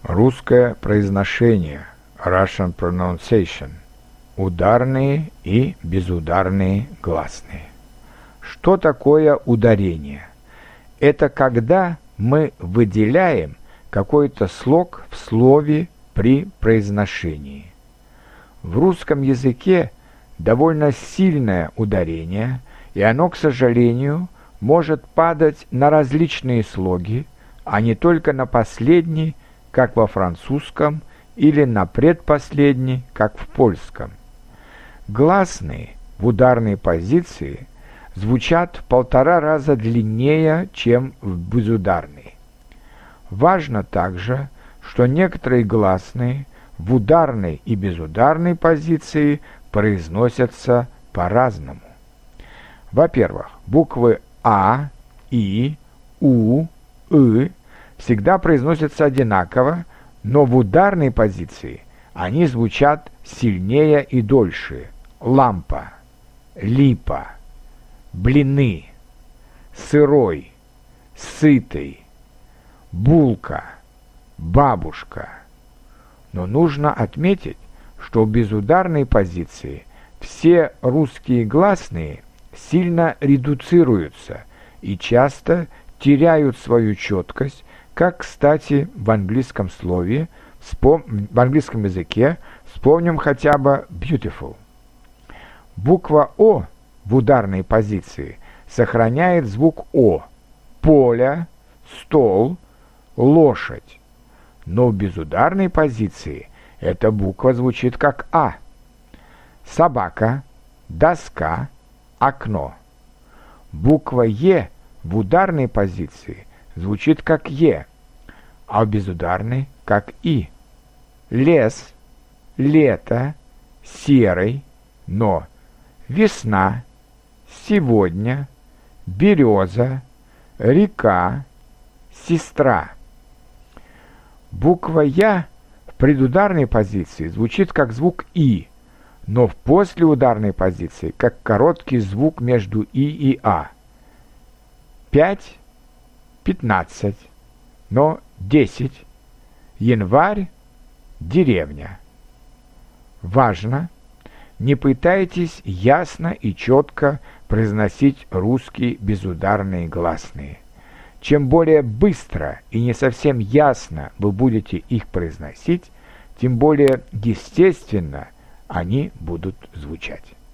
Русское произношение, Russian pronunciation, ударные и безударные гласные. Что такое ударение? Это когда мы выделяем какой-то слог в слове при произношении. В русском языке довольно сильное ударение, и оно, к сожалению, может падать на различные слоги, а не только на последний, как во французском, или на предпоследний, как в польском. Гласные в ударной позиции звучат в 1,5 раза длиннее, чем в безударной. Важно также, что некоторые гласные в ударной и безударной позиции произносятся по-разному. Во-первых, буквы А, И, У, И всегда произносятся одинаково, но в ударной позиции они звучат сильнее и дольше. Лампа, липа, блины, сырой, сытый, булка, бабушка. Но нужно отметить, что в безударной позиции все русские гласные сильно редуцируются и часто теряют свою четкость, как, кстати, в английском языке, вспомним хотя бы beautiful. Буква О в ударной позиции сохраняет звук О, поле, стол, лошадь, но в безударной позиции эта буква звучит как А. Собака, доска, окно. Буква Е в ударной позиции звучит как Е, а в безударной как И. Лес, лето, серый, но весна, сегодня, береза, река, сестра. Буква Я в предударной позиции звучит как звук И, но в послеударной позиции как короткий звук между И и А. 5, 15, но 10. Январь, деревня. Важно, не пытайтесь ясно и четко произносить русские безударные гласные. Чем более быстро и не совсем ясно вы будете их произносить, тем более естественно они будут звучать.